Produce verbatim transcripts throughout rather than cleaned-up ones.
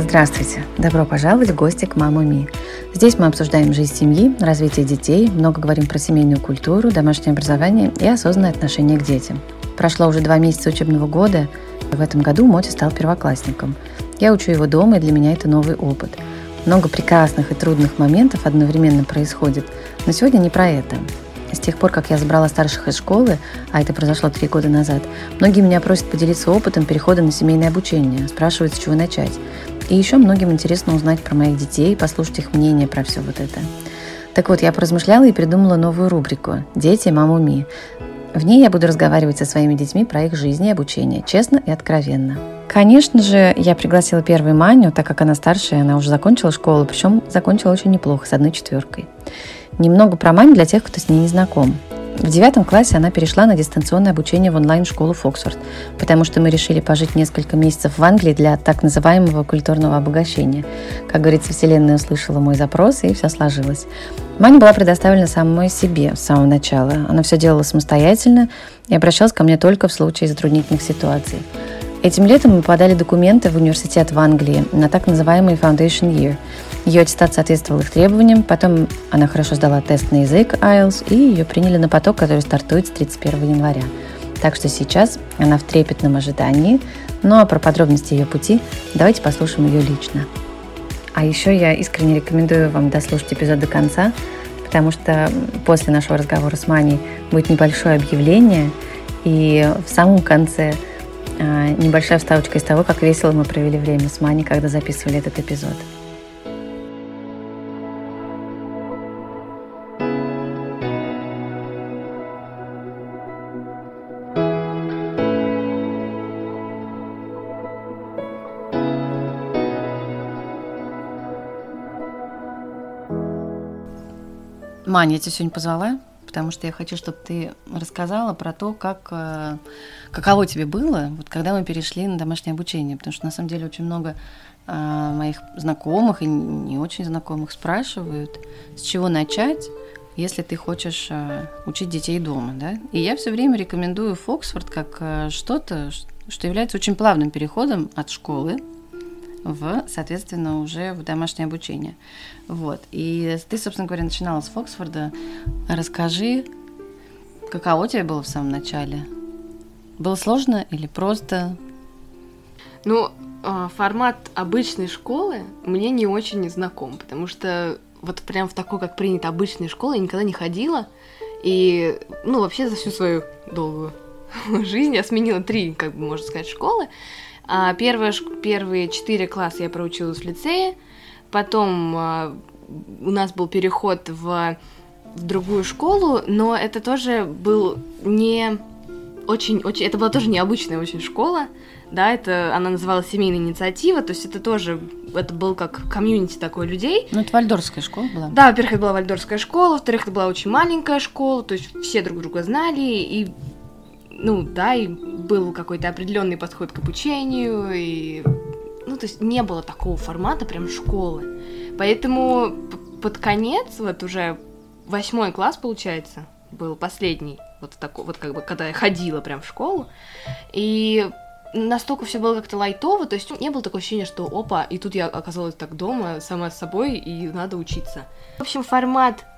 Здравствуйте! Добро пожаловать в гости к Маму Ми. Здесь мы обсуждаем жизнь семьи, развитие детей, много говорим про семейную культуру, домашнее образование и осознанное отношение к детям. Прошло уже два месяца учебного года. В этом году Мотя стал первоклассником. Я учу его дома, и для меня это новый опыт. Много прекрасных и трудных моментов одновременно происходит, но сегодня не про это. С тех пор, как я забрала старших из школы, а это произошло три года назад, многие меня просят поделиться опытом перехода на семейное обучение, спрашивают, с чего начать. И еще многим интересно узнать про моих детей, послушать их мнение про все вот это. Так вот, я поразмышляла и придумала новую рубрику «Дети Маму Ми». В ней я буду разговаривать со своими детьми про их жизнь и обучение, честно и откровенно. Конечно же, я пригласила первую Маню, так как она старшая, она уже закончила школу, причем закончила очень неплохо, с одной четверкой. Немного про Маню для тех, кто с ней не знаком. В девятом классе она перешла на дистанционное обучение в онлайн-школу Фоксфорд, потому что мы решили пожить несколько месяцев в Англии для так называемого культурного обогащения. Как говорится, Вселенная услышала мой запрос, и все сложилось. Маня была предоставлена самой себе с самого начала. Она все делала самостоятельно и обращалась ко мне только в случае затруднительных ситуаций. Этим летом мы подали документы в университет в Англии на так называемый Foundation Year. Ее аттестат соответствовал их требованиям, потом она хорошо сдала тест на язык ай эл ти эс, и ее приняли на поток, который стартует с тридцать первого января. Так что сейчас она в трепетном ожидании, ну а про подробности ее пути давайте послушаем ее лично. А еще я искренне рекомендую вам дослушать эпизод до конца, потому что после нашего разговора с Маней будет небольшое объявление, и в самом конце небольшая вставочка из того, как весело мы провели время с Маней, когда записывали этот эпизод. Маня, я тебя сегодня позвала, потому что я хочу, чтобы ты рассказала про то, как, каково тебе было, вот, когда мы перешли на домашнее обучение, потому что на самом деле очень много а, моих знакомых и не очень знакомых спрашивают, с чего начать, если ты хочешь а, учить детей дома, да? И я все время рекомендую Фоксфорд как а, что-то, что является очень плавным переходом от школы в, соответственно, уже в домашнее обучение. Вот. И ты, собственно говоря, начинала с Фоксфорда. Расскажи, каково тебе было в самом начале? Было сложно или просто? Ну, формат обычной школы мне не очень знаком, потому что вот прям в такой, как принято, обычной школы я никогда не ходила. И, ну, вообще за всю свою долгую жизнь я сменила три, как бы можно сказать, школы. А первые, первые четыре класса я проучилась в лицее, потом а, у нас был переход в, в другую школу, но это тоже был не очень, очень, это была тоже необычная очень школа, да, это она называлась «Семейная инициатива», то есть это тоже, это был как комьюнити такой людей. Ну, это вальдорфская школа была? Да, во-первых, это была вальдорфская школа, во-вторых, это была очень маленькая школа, то есть все друг друга знали, и ну, да, и был какой-то определенный подход к обучению, и, ну, то есть не было такого формата прям школы. Поэтому под конец, вот уже восьмой класс, получается, был последний, вот такой, вот как бы, когда я ходила прям в школу, и настолько все было как-то лайтово, то есть не было такого ощущения, что опа, и тут я оказалась так дома, сама с собой, и надо учиться. В общем, формат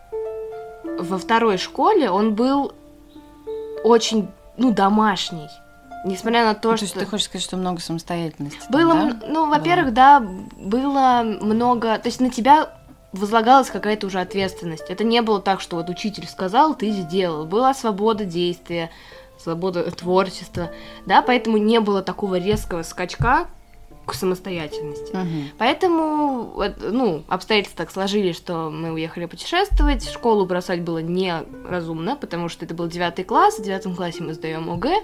во второй школе, он был очень, ну, домашний. Несмотря на то, ну, что... То есть ты хочешь сказать, что много самостоятельности? Было, да? ну, во-первых, было. да, было много... То есть на тебя возлагалась какая-то уже ответственность. Это не было так, что вот учитель сказал, ты сделал. Была свобода действия, свобода творчества, да, поэтому не было такого резкого скачка к самостоятельности. Угу. Поэтому, ну, обстоятельства так сложились, что мы уехали путешествовать, школу бросать было неразумно, потому что это был девятый класс, в девятом классе мы сдаем ОГЭ,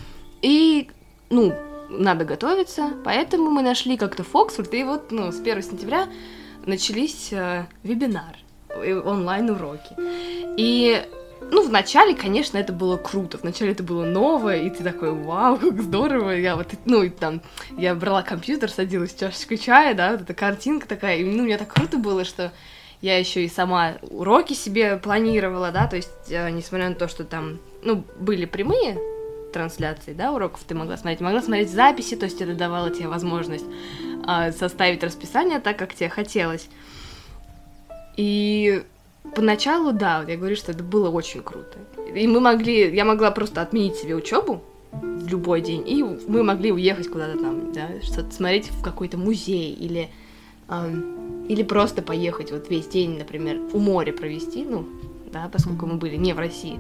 и, ну, надо готовиться, поэтому мы нашли как-то Фоксфорд, и вот, ну, с первого сентября начались э, вебинары, онлайн-уроки. И, ну, вначале, конечно, это было круто, вначале это было новое, и ты такой, вау, как здорово, я вот, ну, и там, я брала компьютер, садилась с чашечкой чая, да, вот эта картинка такая, и, ну, мне так круто было, что я еще и сама уроки себе планировала, да, то есть, э, несмотря на то, что там, ну, были прямые трансляции, да, уроков ты могла смотреть, могла смотреть записи, то есть это давало тебе возможность а, составить расписание так, как тебе хотелось. И поначалу, да, вот я говорю, что это было очень круто. И мы могли, я могла просто отменить себе учебу в любой день, и мы могли уехать куда-то там, да, что-то смотреть в какой-то музей, или, эм, или просто поехать вот весь день, например, у моря провести, ну, да, поскольку мы были не в России.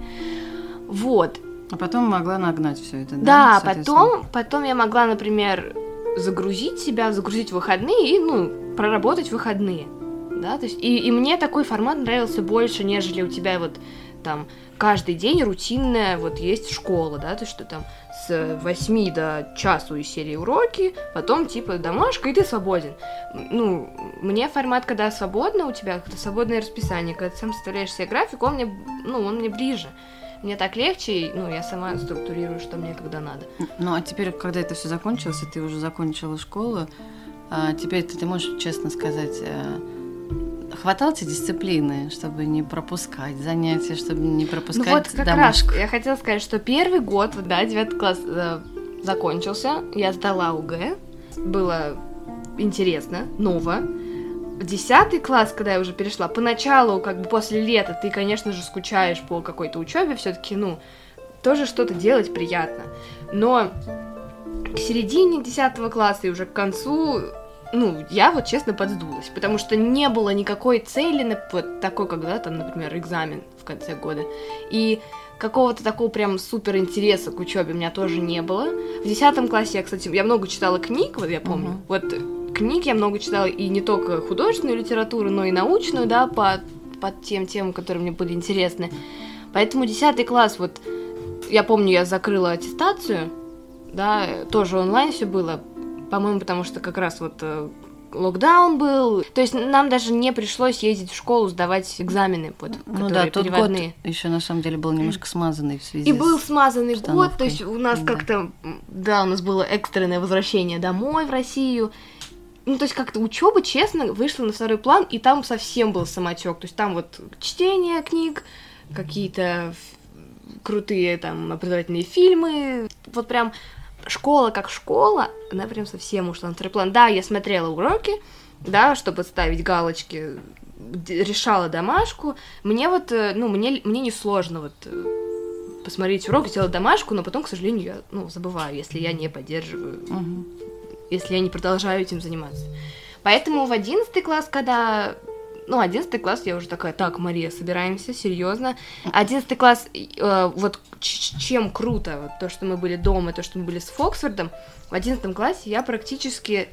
Вот. А потом могла нагнать все это, Да, да? потом, потом я могла, например, загрузить себя, загрузить выходные и, ну, проработать выходные, да, то есть, и, и мне такой формат нравился больше, нежели у тебя вот там каждый день рутинная вот есть школа, да, то есть, что там с восьми до часу из серии уроки, потом типа домашка, и ты свободен. Ну, мне формат, когда свободно у тебя, когда свободное расписание, когда ты сам составляешь себе график, он мне, ну, он мне ближе. Мне так легче, ну, я сама структурирую, что мне когда надо. Ну, а теперь, когда это все закончилось, и ты уже закончила школу, а теперь ты, ты можешь честно сказать, хватало тебе дисциплины, чтобы не пропускать занятия, чтобы не пропускать ну, вот как домашку? раз я хотела сказать, что первый год, да, девятый класс э, закончился, я сдала ОГЭ, было интересно, ново. Десятый класс, когда я уже перешла, поначалу, как бы после лета, ты, конечно же, скучаешь по какой-то учебе, все-таки, ну, тоже что-то делать приятно. Но к середине десятого класса и уже к концу, ну, я вот честно подсдулась, потому что не было никакой цели, на, вот такой, когда там, например, экзамен в конце года. И какого-то такого прям супер интереса к учебе у меня тоже не было. В десятом классе я, кстати, я много читала книг, вот я помню, uh-huh. вот. Книг я много читала, и не только художественную литературу, но и научную, да, по, по тем темам, которые мне были интересны. Поэтому десятый класс, вот, я помню, я закрыла аттестацию, да, тоже онлайн все было, по-моему, потому что как раз вот э, локдаун был, то есть нам даже не пришлось ездить в школу, сдавать экзамены, вот, ну которые да, тот переводные. Год еще на самом деле был немножко смазанный в связи и был смазанный с год, то есть у нас да. как-то, да, у нас было экстренное возвращение домой в Россию. Ну, то есть как-то учеба, честно, вышла на второй план, и там совсем был самотек. То есть там вот чтение книг, какие-то крутые там образовательные фильмы. Вот прям школа как школа, она прям совсем ушла на второй план. Да, я смотрела уроки, да, чтобы ставить галочки, решала домашку. Мне вот, ну, мне, мне не сложно вот посмотреть урок, сделать домашку, но потом, к сожалению, я, ну, забываю, если я не поддерживаю. Угу. Если я не продолжаю этим заниматься. Поэтому в одиннадцатый класс, когда... Ну, одиннадцатый класс, я уже такая, так, Мария, собираемся, серьезно. Одиннадцатый класс, э, вот ч- чем круто, вот то, что мы были дома, то, что мы были с Фоксфордом, в одиннадцатом классе я практически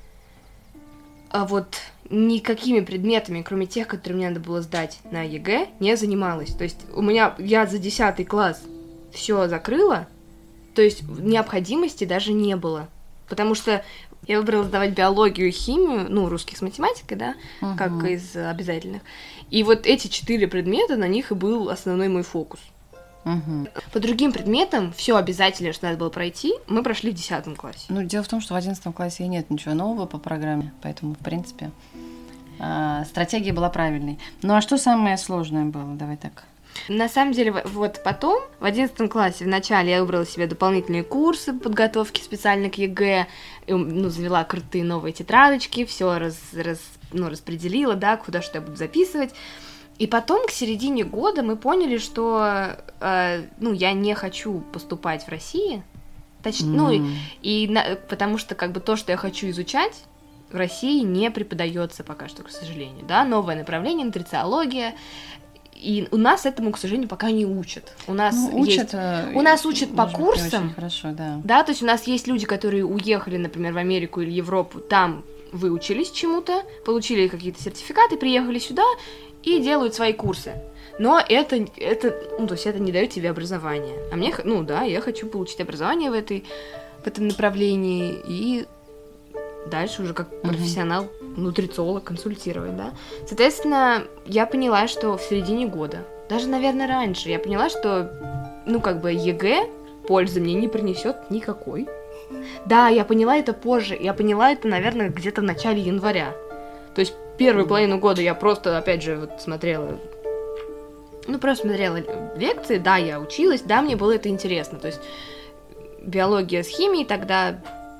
э, вот никакими предметами, кроме тех, которые мне надо было сдать на ЕГЭ, не занималась. То есть у меня, я за десятый класс все закрыла, то есть необходимости даже не было. Потому что я выбрала сдавать биологию и химию, ну, русский с математикой, да, uh-huh. как из обязательных. И вот эти четыре предмета, на них и был основной мой фокус. Uh-huh. По другим предметам все обязательное, что надо было пройти, мы прошли в десятом классе. Ну, дело в том, что в одиннадцатом классе нет ничего нового по программе, поэтому, в принципе, стратегия была правильной. Ну, а что самое сложное было? Давай так. На самом деле, вот потом, в одиннадцатом классе, в начале я выбрала себе дополнительные курсы подготовки специально к ЕГЭ, ну, завела крутые новые тетрадочки, все раз, раз, ну, распределила, да, куда что я буду записывать. И потом, к середине года, мы поняли, что, э, ну, я не хочу поступать в России, точ... mm. ну, и, и на... потому что, как бы, то, что я хочу изучать, в России не преподается пока что, к сожалению, да, новое направление, нутрициология. И у нас этому, к сожалению, пока не учат. У нас ну, учат, есть... у нас учат по курсам. Очень хорошо, да. Да, то есть у нас есть люди, которые уехали, например, в Америку или Европу, там выучились чему-то, получили какие-то сертификаты, приехали сюда и делают свои курсы. Но это, это, ну, то есть это не дает тебе образование. А мне, ну да, я хочу получить образование в, этой, в этом направлении и дальше уже как uh-huh. профессионал, нутрициолог, консультировать, да. Соответственно, я поняла, что в середине года, даже, наверное, раньше, я поняла, что, ну, как бы ЕГЭ пользы мне не принесет никакой. Да, я поняла это позже, я поняла это, наверное, где-то в начале января. То есть первую половину года я просто, опять же, вот смотрела, ну, просто смотрела лекции, да, я училась, да, мне было это интересно, то есть биология с химией тогда...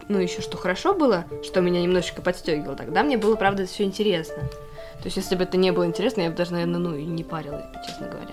ну, еще что хорошо было, что меня немножечко подстегивало, тогда мне было, правда, все интересно. То есть, если бы это не было интересно, я бы даже, наверное, ну, и не парилась, честно говоря.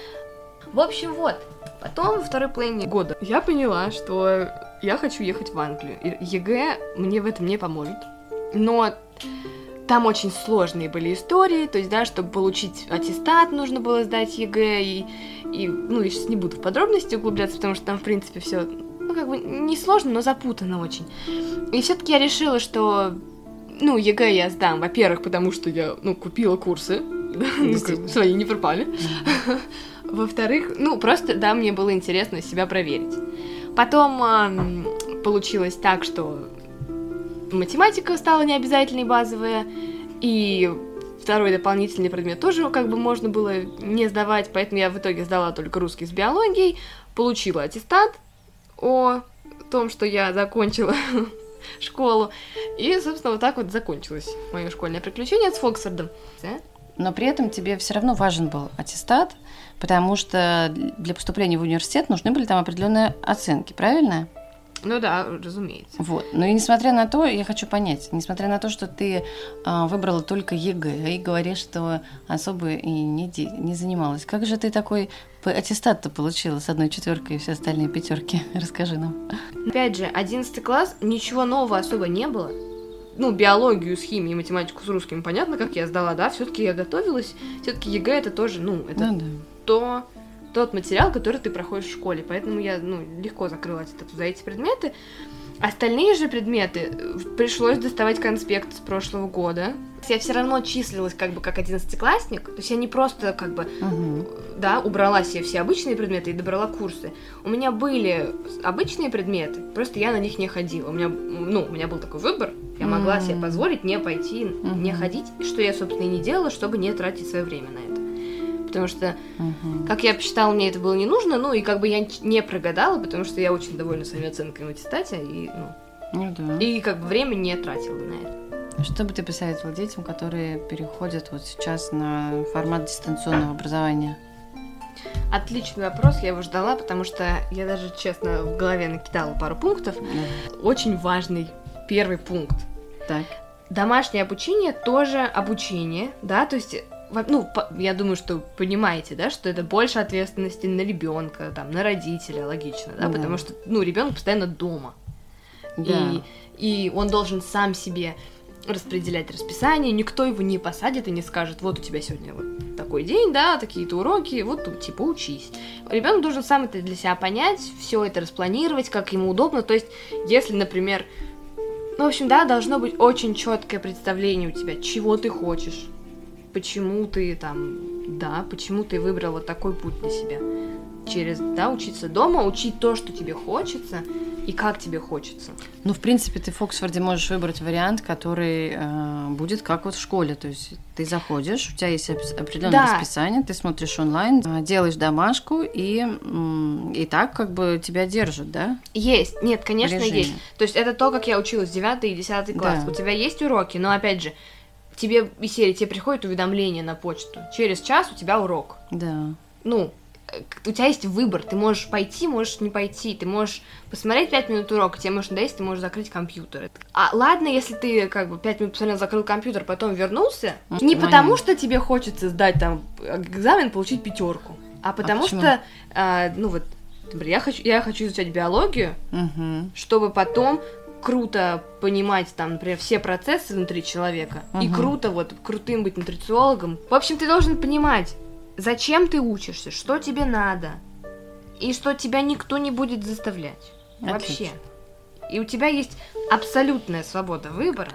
В общем, вот. Потом, во второй половине года, я поняла, что я хочу ехать в Англию. И ЕГЭ мне в этом не поможет. Но там очень сложные были истории, то есть, да, чтобы получить аттестат, нужно было сдать ЕГЭ, и, и ну, я сейчас не буду в подробности углубляться, потому что там, в принципе, все, ну, как бы, не сложно, но запутанно очень. И все-таки я решила, что, ну, ЕГЭ я сдам, во-первых, потому что я, ну, купила курсы, ну, свои не пропали. Во-вторых, ну, просто, да, мне было интересно себя проверить. Потом э, получилось так, что математика стала необязательной, базовая, и второй дополнительный предмет тоже как бы можно было не сдавать, поэтому я в итоге сдала только русский с биологией, получила аттестат о том, что я закончила школу, и, собственно, вот так вот закончилось мое школьное приключение с Фоксфордом. Но при этом тебе все равно важен был аттестат, потому что для поступления в университет нужны были там определенные оценки, правильно? Ну да, разумеется. Вот. Но и несмотря на то, я хочу понять, несмотря на то, что ты а, выбрала только ЕГЭ и говоришь, что особо и не, де- не занималась, как же ты такой аттестат-то получила с одной четверкой и все остальные пятерки? Расскажи нам. Опять же, одиннадцатый класс, ничего нового особо не было. Ну, биологию с химией, математику с русским, понятно, как я сдала, да, все-таки я готовилась, все-таки ЕГЭ это тоже, ну, это Ну, да. то, тот материал, который ты проходишь в школе, поэтому я, ну, легко закрыла аттестат за эти предметы. Остальные же предметы пришлось доставать конспект с прошлого года. Я все равно числилась как бы как одиннадцатиклассник, то есть я не просто как бы, Угу. да, убрала себе все обычные предметы и добрала курсы. У меня были обычные предметы, просто я на них не ходила. У меня, ну, у меня был такой выбор, я могла Mm. себе позволить не пойти, Мгм. не ходить, что я, собственно, и не делала, чтобы не тратить свое время на это. Потому что, Угу. как я посчитала, мне это было не нужно, ну, и как бы я не прогадала, потому что я очень довольна своими оценками в аттестате, и, ну, Ну да. и как бы время не тратила на это. Что бы ты посоветовала детям, которые переходят вот сейчас на формат дистанционного образования? Отличный вопрос, я его ждала, потому что я даже, честно, в голове накидала пару пунктов. Да. Очень важный первый пункт. Так. Домашнее обучение тоже обучение, да, то есть, во- ну, по- я думаю, что понимаете, да, что это больше ответственности на ребенка, там, на родителя, логично, да, Да. потому что, ну, ребенок постоянно дома. Да. И, и он должен сам себе распределять расписание, никто его не посадит и не скажет, вот у тебя сегодня вот такой день, да, такие-то уроки, вот тут, типа, учись. Ребенок должен сам это для себя понять, все это распланировать, как ему удобно, то есть, если, например, ну, в общем, да, должно быть очень четкое представление у тебя, чего ты хочешь, почему ты там, да, почему ты выбрал вот такой путь для себя. Через, да, учиться дома, учить то, что тебе хочется, и как тебе хочется. Ну, в принципе, ты в Оксфорде можешь выбрать вариант, который э, будет как вот в школе. То есть ты заходишь, у тебя есть определенное Да. расписание, ты смотришь онлайн, э, делаешь домашку, и, м, и так как бы тебя держат, да? Есть, нет, конечно, В режиме. есть. То есть это то, как я училась, девятый и десятый класс. Да. У тебя есть уроки, но, опять же, тебе из серии, тебе приходит уведомление на почту. Через час у тебя урок. Да. Ну, э, у тебя есть выбор, ты можешь пойти, можешь не пойти, ты можешь посмотреть пять минут урока, тебе может надоесть, ты можешь закрыть компьютер. А ладно, если ты как бы пять минут посмотрел, закрыл компьютер, потом вернулся, Ну, не понятно. потому что тебе хочется сдать там экзамен, получить пятерку, а потому почему? что, а, ну вот, например, я хочу, я хочу изучать биологию, Угу. чтобы потом круто понимать, там, например, все процессы внутри человека, и Мгм. круто вот крутым быть нутрициологом. В общем, ты должен понимать, зачем ты учишься, что тебе надо, и что тебя никто не будет заставлять. Вообще. Отлично. И у тебя есть абсолютная свобода выбора,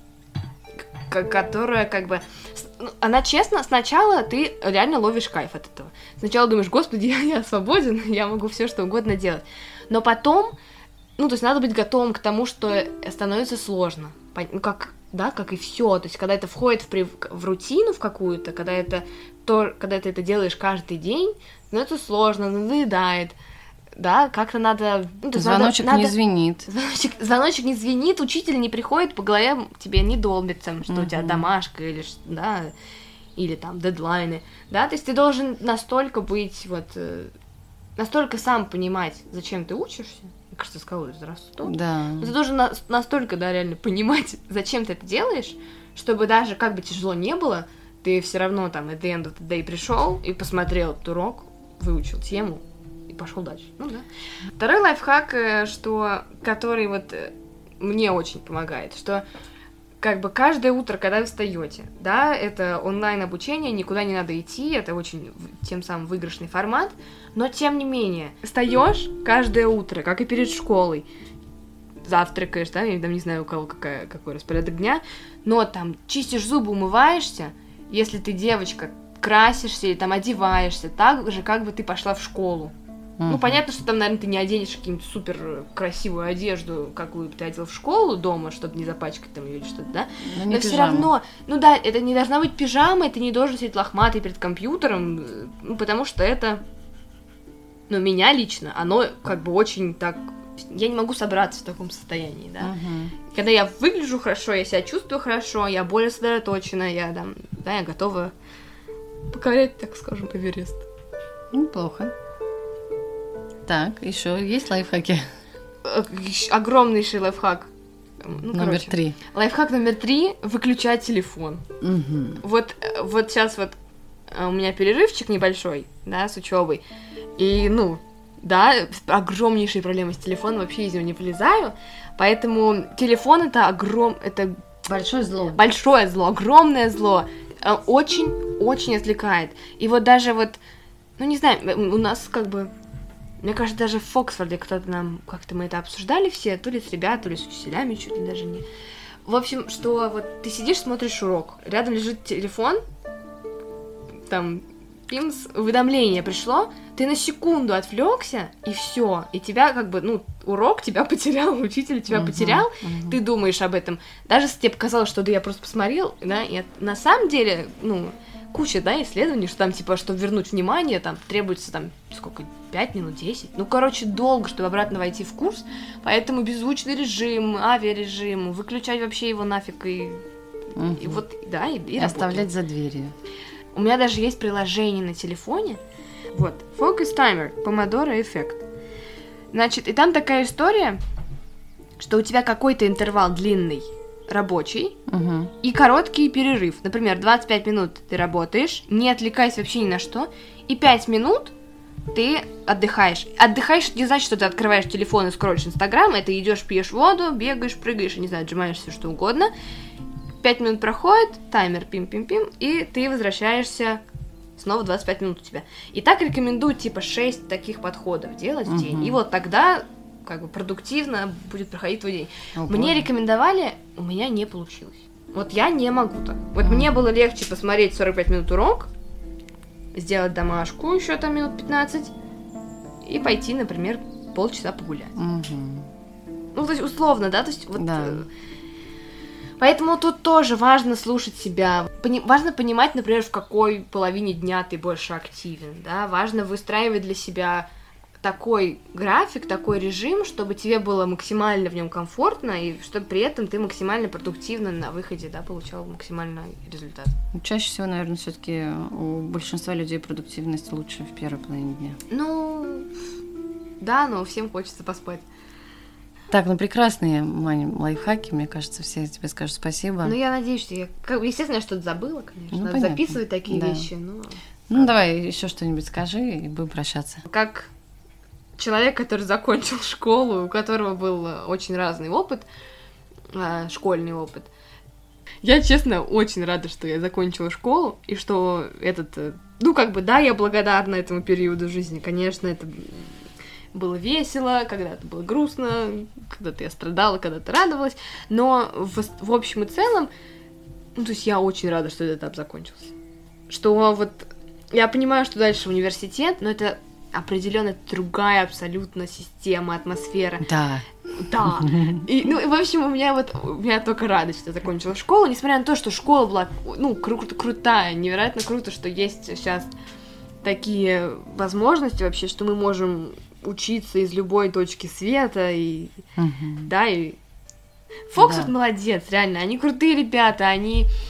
к- которая как бы... с- ну, она честно, сначала ты реально ловишь кайф от этого. Сначала думаешь, господи, я, я свободен, я могу все что угодно делать. Но потом, ну, то есть надо быть готовым к тому, что становится сложно. Пон- Ну, как, да, как и все. То есть, когда это входит в, прив- в рутину в какую-то, когда это то, когда ты это делаешь каждый день, становится сложно, надоедает. Да, как-то надо... ну, то есть надо- Звоночек надо- не звенит. Звоночек, звоночек не звенит, учитель не приходит, по голове тебе не долбится, что у тебя Мгм. домашка или, ш- да, или там дедлайны, да, то есть ты должен настолько быть вот, э, настолько сам понимать, зачем ты учишься, мне кажется, сказала из растут. Да. Но ты должен на- настолько, да, реально понимать, зачем ты это делаешь, чтобы даже как бы тяжело не было, ты все равно там at the end of the day пришел и посмотрел этот урок, выучил тему и пошел дальше. Ну да. Второй лайфхак, э, что, который вот э, мне очень помогает, что как бы каждое утро, когда вы встаете, да, это онлайн-обучение, никуда не надо идти, это очень тем самым выигрышный формат, но тем не менее, встаешь каждое утро, как и перед школой, завтракаешь, да, я там не знаю, у кого какая, какой распорядок дня, но там чистишь зубы, умываешься, если ты девочка, красишься или там одеваешься, так же, как бы ты пошла в школу. Uh-huh. Ну, понятно, что там, наверное, ты не оденешь какую-нибудь супер красивую одежду, какую бы ты одел в школу дома, чтобы не запачкать там ее или что-то, да? Но, Но все равно, ну да, это не должна быть пижама, ты не должен сидеть лохматый перед компьютером, ну, потому что это, ну, меня лично, оно как бы очень так... Я не могу собраться в таком состоянии, да? Uh-huh. Когда я выгляжу хорошо, я себя чувствую хорошо, я более сосредоточена, я там, да, я готова покорять, так скажем, Эверест. Неплохо. Так, еще есть лайфхаки? Огромнейший лайфхак. Ну, номер короче. три. Лайфхак номер три — выключать телефон. Угу. Вот, вот сейчас вот у меня перерывчик небольшой, да, с учебой. И, ну, да, огромнейшие проблемы с телефоном, вообще из него не вылезаю. Поэтому телефон — это огром... это большое зло. Большое зло, огромное зло. Очень-очень отвлекает. И вот даже вот, ну, не знаю, у нас как бы... Мне кажется, даже в Фоксфорде кто-то нам, как-то мы это обсуждали все, то ли с ребят, то ли с учителями, чуть ли даже не. В общем, что вот ты сидишь, смотришь урок, рядом лежит телефон, там, пимс, уведомление пришло, ты на секунду отвлекся, и все, и тебя как бы, ну, урок тебя потерял, учитель тебя uh-huh, потерял, uh-huh. Ты думаешь об этом. Даже если тебе показалось, что да я просто посмотрел, да, и на самом деле, ну... куча, да, исследований, что там, типа, чтобы вернуть внимание, там, требуется, там, сколько, пять минут, десять? Ну, короче, долго, чтобы обратно войти в курс, поэтому беззвучный режим, авиарежим, выключать вообще его нафиг и... Угу. И вот, да, и, и, и оставлять за дверью. У меня даже есть приложение на телефоне, вот, Focus Timer, Pomodoro эффект. Значит, и там такая история, что у тебя какой-то интервал длинный, рабочий, угу. И короткий перерыв. Например, двадцать пять минут ты работаешь, не отвлекаясь вообще ни на что, и пять минут ты отдыхаешь. Отдыхаешь не значит, что ты открываешь телефон и скроллишь Инстаграм, это идешь, пьешь воду, бегаешь, прыгаешь, не знаю, отжимаешься, что угодно. пять минут проходит, таймер пим-пим-пим, и ты возвращаешься, снова двадцать пять минут у тебя. И так рекомендуют, типа, шесть таких подходов делать в день. Угу. И вот тогда... как бы продуктивно будет проходить твой день. Ого. Мне рекомендовали, у меня не получилось. Вот я не могу так. Вот mm. мне было легче посмотреть сорок пять минут урок, сделать домашку еще там минут пятнадцать и пойти, например, полчаса погулять. Mm-hmm. Ну, то есть условно, да? То есть вот... Да. Поэтому тут тоже важно слушать себя. Пони- важно понимать, например, в какой половине дня ты больше активен, да? Важно выстраивать для себя... такой график, такой режим, чтобы тебе было максимально в нем комфортно, и чтобы при этом ты максимально продуктивно на выходе, да, получал максимальный результат. Чаще всего, наверное, все-таки у большинства людей продуктивность лучше в первой половине дня. Ну, да, но всем хочется поспать. Так, ну прекрасные, Мань, лайфхаки, мне кажется, все тебе скажут спасибо. Ну, я надеюсь, что я... Естественно, я что-то забыла, конечно, ну, надо понятно. Записывать такие да. вещи, но... Ну, давай еще что-нибудь скажи, и будем прощаться. Как... человек, который закончил школу, у которого был очень разный опыт, школьный опыт. Я, честно, очень рада, что я закончила школу, и что этот... Ну, как бы, да, я благодарна этому периоду жизни. Конечно, это было весело, когда-то было грустно, когда-то я страдала, когда-то радовалась, но в, в общем и целом, ну, то есть я очень рада, что этот этап закончился. Что вот... Я понимаю, что дальше университет, но это... определенно другая абсолютно система, атмосфера. Да. Да. И, ну, в общем, у меня вот, у меня только радость, что я закончила школу, несмотря на то, что школа была, ну, кру- крутая, невероятно круто, что есть сейчас такие возможности вообще, что мы можем учиться из любой точки света, и, угу. да, и... Фоксфорд да. молодец, реально, они крутые ребята, они...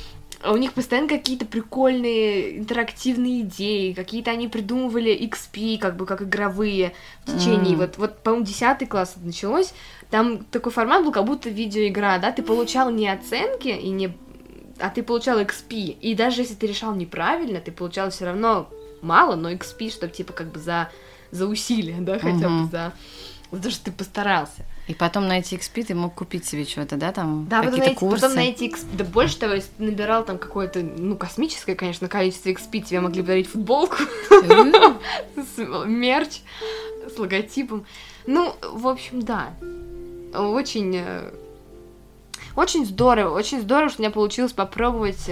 у них постоянно какие-то прикольные интерактивные идеи, какие-то они придумывали икс пи, как бы как игровые в течение, mm. вот, вот, по-моему, десятый класс началось, там такой формат был, как будто видеоигра, да, ты получал не оценки, и не... а ты получал икс пи, и даже если ты решал неправильно, ты получал все равно мало, но икс пи, чтобы типа как бы за, за усилие, да, хотя mm-hmm. бы за... за то, что ты постарался. И потом на эти икс пи ты мог купить себе что-то, да, там да, какие-то потом курсы. Потом на эти икс пи, да больше того, если ты набирал там какое-то, ну, космическое, конечно, количество икс пи, тебе могли подарить футболку, мерч с логотипом. Ну, в общем, да. Очень, очень здорово, очень здорово, что у меня получилось попробовать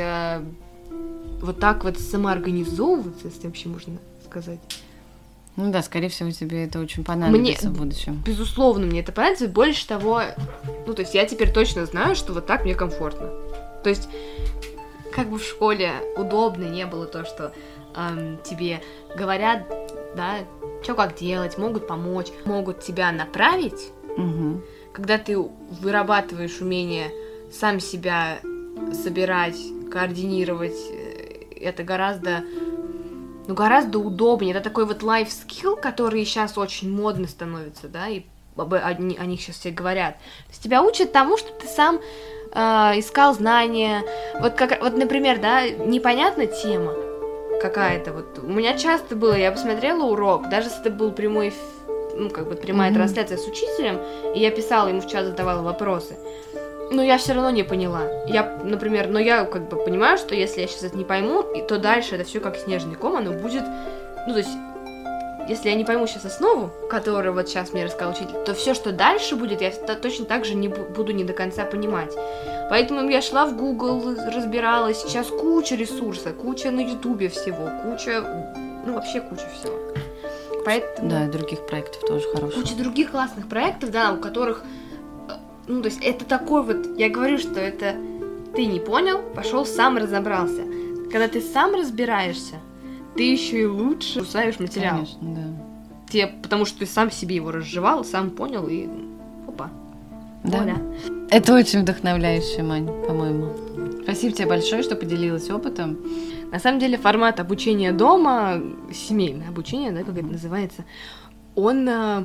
вот так вот самоорганизовываться, если вообще можно сказать. Ну да, скорее всего, тебе это очень понадобится мне, в будущем. Безусловно, мне это понадобится. Больше того, ну, то есть я теперь точно знаю, что вот так мне комфортно. То есть, как бы в школе удобно не было то, что эм, тебе говорят, да, что как делать, могут помочь, могут тебя направить. Угу. Когда ты вырабатываешь умение сам себя собирать, координировать, это гораздо... Ну, гораздо удобнее. Это такой вот life skill, который сейчас очень модно становится, да, и об, о, о них сейчас все говорят. То есть тебя учат тому, что ты сам э, искал знания. Вот, как, вот, например, да, непонятна тема какая-то. Вот у меня часто было, я посмотрела урок, даже если это был прямой, ну, как бы прямая mm-hmm. трансляция с учителем, и я писала ему в чат, задавала вопросы. Но я все равно не поняла. Я, например, но я как бы понимаю, что если я сейчас это не пойму, то дальше это все как снежный ком, оно будет, ну, то есть, если я не пойму сейчас основу, которую вот сейчас мне рассказал учитель, то все, что дальше будет, я точно так же не буду не до конца понимать. Поэтому я шла в Google, разбиралась, сейчас куча ресурсов, куча на Ютубе всего, куча, ну, вообще куча всего. Поэтому... Да, и других проектов тоже хороших. Куча других классных проектов, да, у которых... Ну, то есть это такой вот, я говорю, что это ты не понял, пошел сам разобрался. Когда ты сам разбираешься, ты еще и лучше усваиваешь материал. Конечно, да. Тебе, потому что ты сам себе его разжевал, сам понял и опа. Да. Воля. Это очень вдохновляюще, Мань, по-моему. Спасибо тебе большое, что поделилась опытом. На самом деле формат обучения дома, семейное обучение, да, как это называется, он,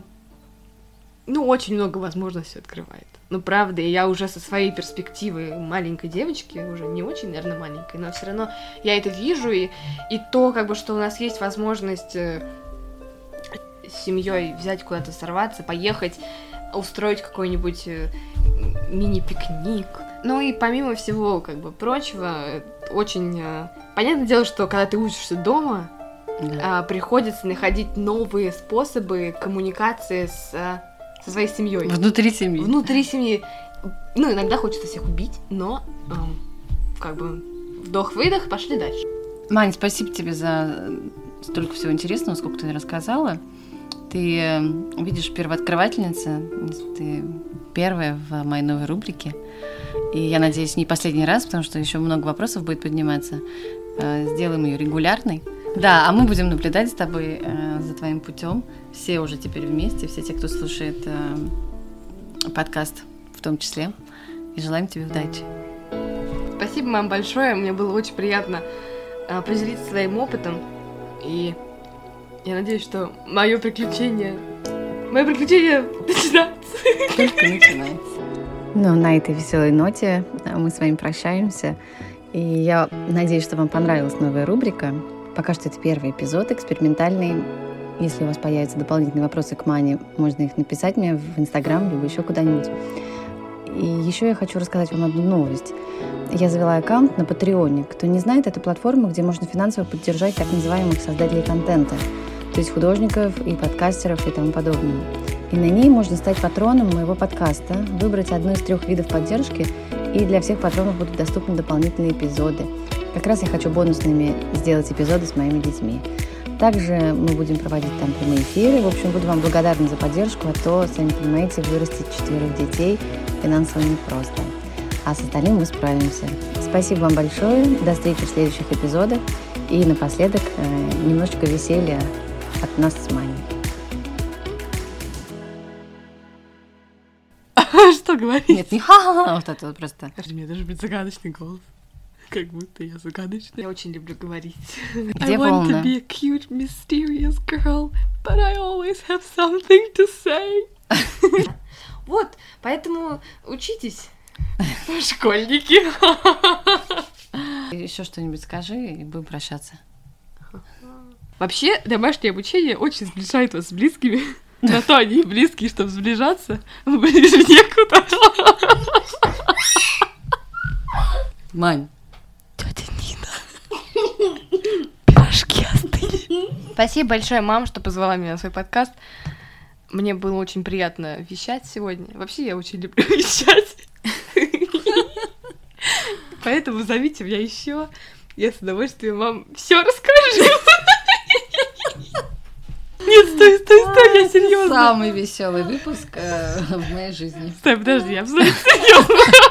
ну, очень много возможностей открывает. Ну, правда, и я уже со своей перспективы маленькой девочки, уже не очень, наверное, маленькой, но все равно я это вижу, и, и то, как бы, что у нас есть возможность э, с семьей взять куда-то сорваться, поехать, устроить какой-нибудь э, мини-пикник. Ну и помимо всего, как бы, прочего, очень... Э, понятное дело, что когда ты учишься дома, да. э, приходится находить новые способы коммуникации с... Э, со своей семьей. Внутри семьи. Внутри семьи. Ну, иногда хочется всех убить, но эм, как бы вдох-выдох, пошли дальше. Мань, спасибо тебе за столько всего интересного, сколько ты рассказала. Ты, э, видишь, первооткрывательница, ты первая в моей новой рубрике. И я надеюсь, не последний раз, потому что еще много вопросов будет подниматься. Э, сделаем ее регулярной. Да, а мы будем наблюдать за тобой, э, за твоим путем. Все уже теперь вместе, все те, кто слушает э, подкаст в том числе. И желаем тебе удачи. Спасибо, мам, большое. Мне было очень приятно э, поделиться своим опытом. И я надеюсь, что мое приключение... Мое приключение начинается. Только начинается. Ну, на этой веселой ноте мы с вами прощаемся. И я надеюсь, что вам понравилась новая рубрика. Пока что это первый эпизод, экспериментальный. Если у вас появятся дополнительные вопросы к Мане, можно их написать мне в Инстаграм, либо еще куда-нибудь. И еще я хочу рассказать вам одну новость. Я завела аккаунт на Патреоне. Кто не знает, это платформа, где можно финансово поддержать так называемых создателей контента, то есть художников и подкастеров и тому подобное. И на ней можно стать патроном моего подкаста, выбрать одну из трех видов поддержки, и для всех патронов будут доступны дополнительные эпизоды. Как раз я хочу бонусными сделать эпизоды с моими детьми. Также мы будем проводить там прямые эфиры. В общем, буду вам благодарна за поддержку, а то, сами понимаете, вырастить четверых детей финансово непросто. А с остальным мы справимся. Спасибо вам большое. До встречи в следующих эпизодах. И напоследок немножечко веселья от нас с Маней. Что говорить? Нет, не ха-ха-ха, вот это вот просто. У меня даже будет загадочный голос. Как будто я загадочная. Я очень люблю говорить. Где I want волны? to be a cute, mysterious girl, but I always have something to say. Вот, поэтому учитесь, школьники. Еще что-нибудь скажи, и будем прощаться. Вообще, домашнее обучение очень сближает вас с близкими. На то они и близкие, чтобы сближаться. Ближе некуда. Мань. Тётя Нина. Пирожки остыли. Спасибо большое, мам, что позвала меня на свой подкаст. Мне было очень приятно вещать сегодня. Вообще, я очень люблю вещать. Поэтому зовите меня еще. Я с удовольствием вам все расскажу. Нет, стой, стой, стой, я серьезно. Самый веселый выпуск э, в моей жизни. Стой, подожди, я абсолютно серьезно.